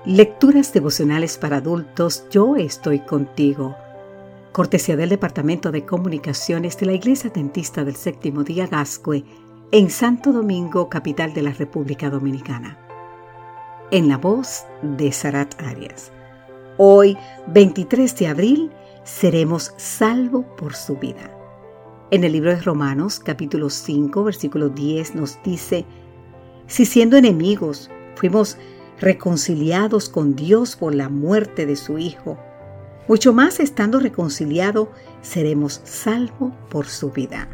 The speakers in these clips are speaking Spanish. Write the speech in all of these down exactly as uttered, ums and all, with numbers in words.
Lecturas devocionales para adultos. Yo estoy contigo. Cortesía del Departamento de Comunicaciones de la Iglesia Adventista del Séptimo Día Gascue, en Santo Domingo, capital de la República Dominicana. En la voz de Sarat Arias. Hoy, veintitrés de abril, seremos salvos por su vida. En el libro de Romanos, capítulo cinco, versículo diez, nos dice: si siendo enemigos fuimos reconciliados con Dios por la muerte de su Hijo, mucho más estando reconciliados seremos salvos por su vida.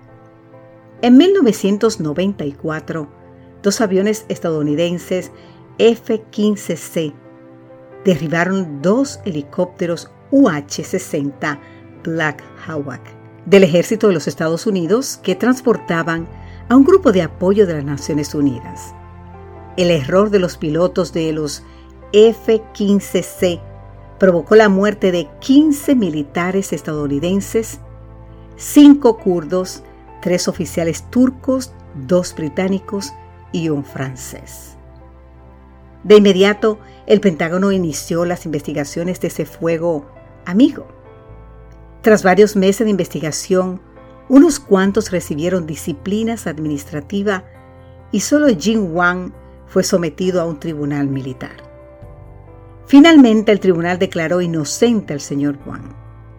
En mil novecientos noventa y cuatro, dos aviones estadounidenses F quince C derribaron dos helicópteros U H sesenta Black Hawk del ejército de los Estados Unidos que transportaban a un grupo de apoyo de las Naciones Unidas. El error de los pilotos de los F quince C provocó la muerte de quince militares estadounidenses, cinco kurdos, tres oficiales turcos, dos británicos y un francés. De inmediato, el Pentágono inició las investigaciones de ese fuego amigo. Tras varios meses de investigación, unos cuantos recibieron disciplinas administrativas y solo Jin Wang fue sometido a un tribunal militar. Finalmente, el tribunal declaró inocente al señor Wang.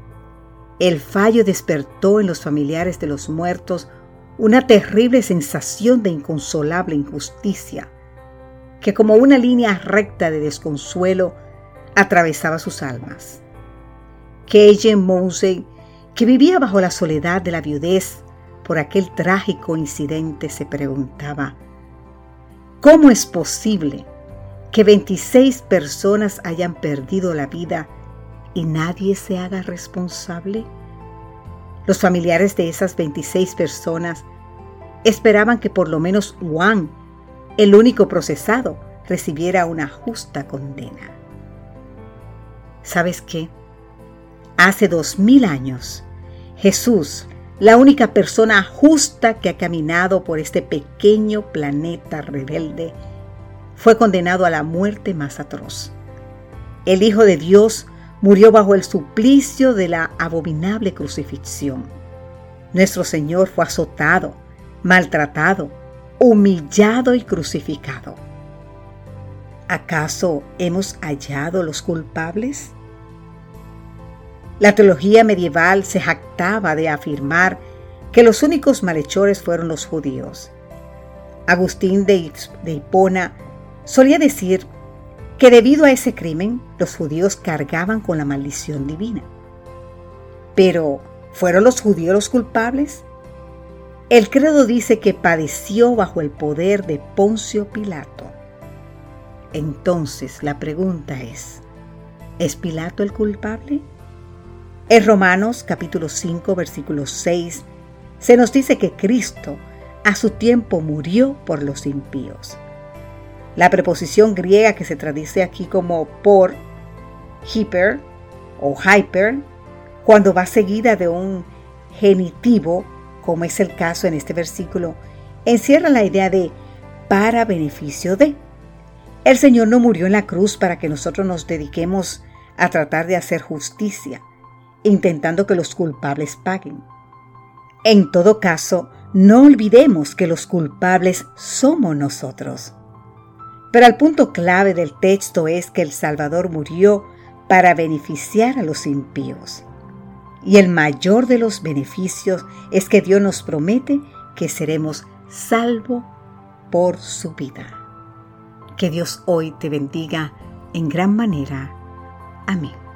El fallo despertó en los familiares de los muertos una terrible sensación de inconsolable injusticia, que como una línea recta de desconsuelo atravesaba sus almas. Keiji Mousei, que vivía bajo la soledad de la viudez por aquel trágico incidente, se preguntaba: ¿cómo es posible que veintiséis personas hayan perdido la vida y nadie se haga responsable? Los familiares de esas veintiséis personas esperaban que por lo menos Wang, el único procesado, recibiera una justa condena. ¿Sabes qué? Hace dos mil años, Jesús, la única persona justa que ha caminado por este pequeño planeta rebelde, fue condenado a la muerte más atroz. El Hijo de Dios murió bajo el suplicio de la abominable crucifixión. Nuestro Señor fue azotado, maltratado, humillado y crucificado. ¿Acaso hemos hallado los culpables? La teología medieval se jactaba de afirmar que los únicos malhechores fueron los judíos. Agustín de Hipona solía decir que debido a ese crimen, los judíos cargaban con la maldición divina. Pero, ¿fueron los judíos los culpables? El credo dice que padeció bajo el poder de Poncio Pilato. Entonces, la pregunta es: ¿es Pilato el culpable? En Romanos capítulo cinco, versículo seis, se nos dice que Cristo a su tiempo murió por los impíos. La preposición griega que se traduce aquí como por, hyper o hyper, cuando va seguida de un genitivo, como es el caso en este versículo, encierra la idea de para beneficio de. El Señor no murió en la cruz para que nosotros nos dediquemos a tratar de hacer justicia, intentando que los culpables paguen. En todo caso, no olvidemos que los culpables somos nosotros. Pero el punto clave del texto es que el Salvador murió para beneficiar a los impíos. Y el mayor de los beneficios es que Dios nos promete que seremos salvos por su vida. Que Dios hoy te bendiga en gran manera. Amén.